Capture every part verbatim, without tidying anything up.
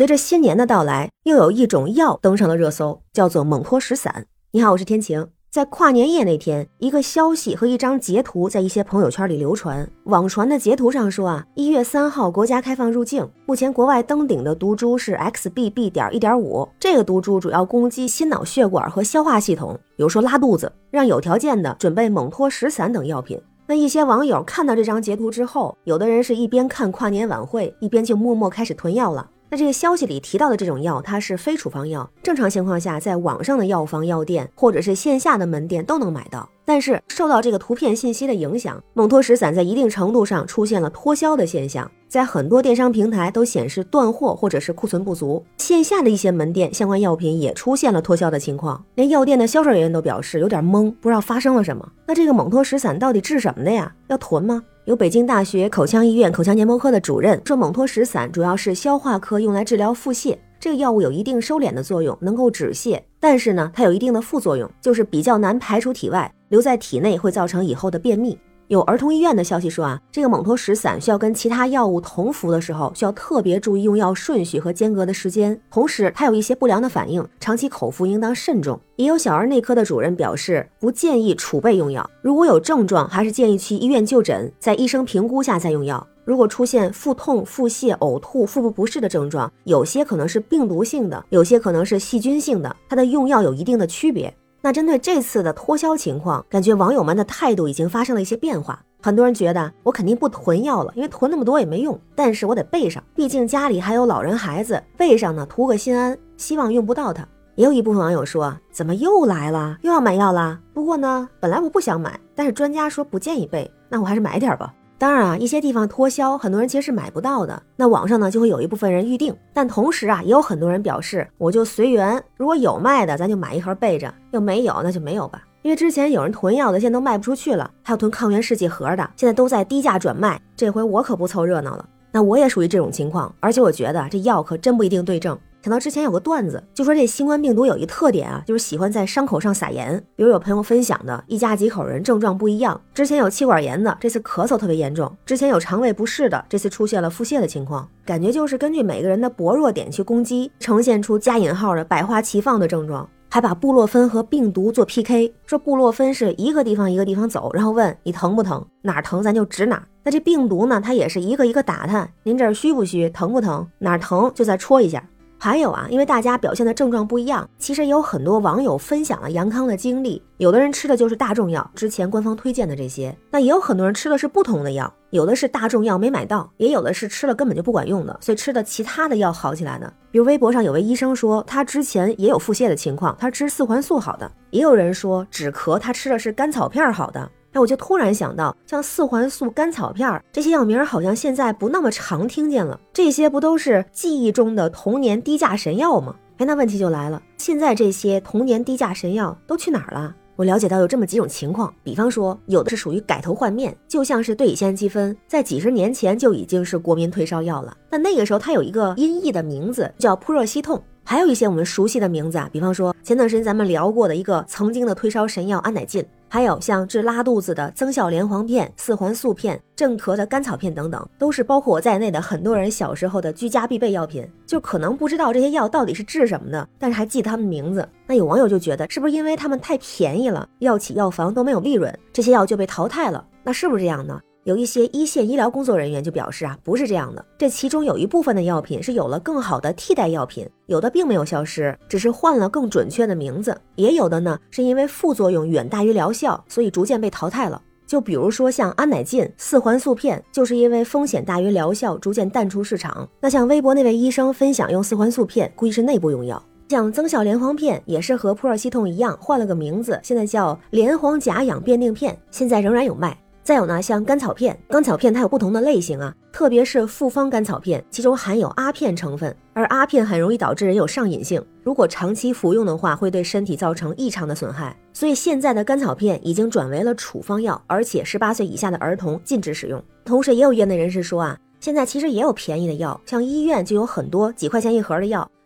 随着新年的到来，又有一种药登上了热搜，叫做蒙脱石散。你好，我是天晴。在跨年夜那天，一个消息和一张截图在一些朋友圈里流传。网传的截图上说啊，一月三号国家开放入境，目前国外登顶的毒株是 X B B 点一点五，这个毒株主要攻击心脑血管和消化系统，比如说拉肚子，让有条件的准备蒙脱石散等药品。那一些网友看到这张截图之后，有的人是一边看跨年晚会，一边就默默开始囤药了。那这个消息里提到的这种药，它是非处方药，正常情况下在网上的药房、药店或者是线下的门店都能买到。但是受到这个图片信息的影响，蒙脱石散在一定程度上出现了脱销的现象，在很多电商平台都显示断货或者是库存不足，线下的一些门店相关药品也出现了脱销的情况，连药店的销售人员都表示有点懵，不知道发生了什么。那这个蒙脱石散到底治什么的呀？要囤吗？有北京大学口腔医院口腔黏膜科的主任说，蒙脱石散主要是消化科用来治疗腹泻，这个药物有一定收敛的作用，能够止泻，但是呢，它有一定的副作用，就是比较难排出体外，留在体内会造成以后的便秘。有儿童医院的消息说啊，这个蒙脱石散需要跟其他药物同服的时候，需要特别注意用药顺序和间隔的时间，同时它有一些不良的反应，长期口服应当慎重。也有小儿内科的主任表示，不建议储备用药，如果有症状，还是建议去医院就诊，在医生评估下再用药。如果出现腹痛、腹泻、呕吐、腹部不适的症状，有些可能是病毒性的，有些可能是细菌性的，它的用药有一定的区别。那针对这次的脱销情况，感觉网友们的态度已经发生了一些变化。很多人觉得我肯定不囤药了，因为囤那么多也没用，但是我得备上，毕竟家里还有老人孩子，备上呢图个心安，希望用不到它。也有一部分网友说，怎么又来了，又要买药啦？不过呢，本来我不想买，但是专家说不建议备，那我还是买点吧。当然啊，一些地方脱销，很多人其实是买不到的，那网上呢就会有一部分人预定，但同时啊，也有很多人表示我就随缘，如果有卖的咱就买一盒备着，要没有那就没有吧。因为之前有人囤药的现在都卖不出去了，还有囤抗原试剂盒的现在都在低价转卖，这回我可不凑热闹了。那我也属于这种情况，而且我觉得这药可真不一定对症。想到之前有个段子，就说这新冠病毒有一特点啊，就是喜欢在伤口上撒盐。比如有朋友分享的，一家几口人症状不一样，之前有气管炎的，这次咳嗽特别严重；之前有肠胃不适的，这次出现了腹泻的情况。感觉就是根据每个人的薄弱点去攻击，呈现出加引号的百花齐放的症状。还把布洛芬和病毒做 P K， 说布洛芬是一个地方一个地方走，然后问你疼不疼，哪儿疼咱就指哪儿。那这病毒呢，它也是一个一个打探，您这儿虚不虚，疼不疼，哪儿疼就再戳一下。还有啊，因为大家表现的症状不一样，其实也有很多网友分享了杨康的经历。有的人吃的就是大众药，之前官方推荐的这些，那也有很多人吃的是不同的药，有的是大众药没买到，也有的是吃了根本就不管用的，所以吃的其他的药好起来的。比如微博上有位医生说，他之前也有腹泻的情况，他吃四环素好的。也有人说止咳他吃的是甘草片好的。那我就突然想到，像四环素、甘草片这些药名好像现在不那么常听见了，这些不都是记忆中的童年低价神药吗？哎，那问题就来了，现在这些童年低价神药都去哪儿了？我了解到有这么几种情况，比方说有的是属于改头换面，就像是对乙酰积分，在几十年前就已经是国民退烧药了，但那个时候它有一个音译的名字叫扑热息痛。还有一些我们熟悉的名字啊，比方说前段时间咱们聊过的一个曾经的退烧神药安乃近，还有像治拉肚子的增效连环片、四环素片、镇咳的甘草片等等，都是包括我在内的很多人小时候的居家必备药品。就可能不知道这些药到底是治什么的，但是还记得他们名字。那有网友就觉得，是不是因为他们太便宜了，药企药房都没有利润，这些药就被淘汰了？那是不是这样呢？有一些一线医疗工作人员就表示啊，不是这样的，这其中有一部分的药品是有了更好的替代药品，有的并没有消失，只是换了更准确的名字，也有的呢是因为副作用远大于疗效，所以逐渐被淘汰了。就比如说像安乃近、四环素片，就是因为风险大于疗效，逐渐淡出市场。那像微博那位医生分享用四环素片，估计是内部用药。像增效连环片也是和扑热息痛一样，换了个名字，现在叫连环甲氧变定片，现在仍然有卖。再有呢，像甘草片，甘草片它有不同的类型啊，特别是复方甘草片，其中含有阿片成分，而阿片很容易导致人有上瘾性，如果长期服用的话，会对身体造成异常的损害。所以现在的甘草片已经转为了处方药，而且十八岁以下的儿童禁止使用。同时也有业内人士说啊，现在其实也有便宜的药，像医院就有很多几块钱一盒的药，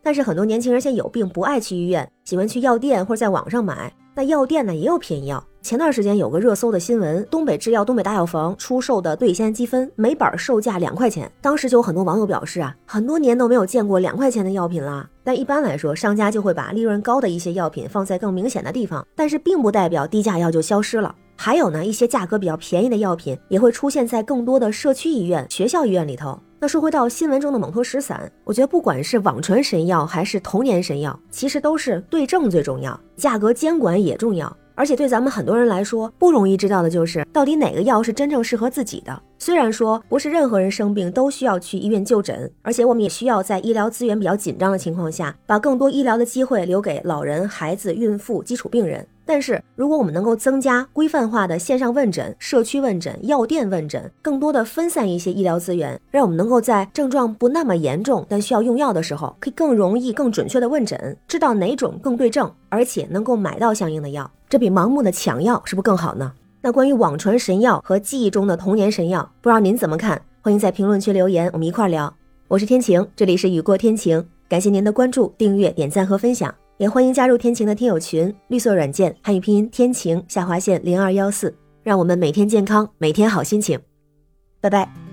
但是很多年轻人现在有病不爱去医院，喜欢去药店或者在网上买。那药店呢也有便宜药。前段时间有个热搜的新闻，东北制药东北大药房出售的对酰积分每板售价两块钱，当时就有很多网友表示啊，很多年都没有见过两块钱的药品啦。但一般来说，商家就会把利润高的一些药品放在更明显的地方，但是并不代表低价药就消失了。还有呢，一些价格比较便宜的药品也会出现在更多的社区医院、学校医院里头。那说回到新闻中的蒙脱石散，我觉得不管是网传神药还是童年神药，其实都是对症最重要，价格监管也重要。而且对咱们很多人来说，不容易知道的就是到底哪个药是真正适合自己的。虽然说不是任何人生病都需要去医院就诊，而且我们也需要在医疗资源比较紧张的情况下，把更多医疗的机会留给老人、孩子、孕妇、基础病人。但是如果我们能够增加规范化的线上问诊、社区问诊、药店问诊，更多的分散一些医疗资源，让我们能够在症状不那么严重但需要用药的时候，可以更容易更准确的问诊，知道哪种更对症，而且能够买到相应的药，这比盲目的抢药是不是更好呢？那关于网传神药和记忆中的童年神药，不知道您怎么看？欢迎在评论区留言，我们一块聊。我是天晴，这里是雨过天晴，感谢您的关注、订阅、点赞和分享，也欢迎加入天晴的听友群，绿色软件汉语拼音天晴下划线零二幺四，让我们每天健康，每天好心情。拜拜。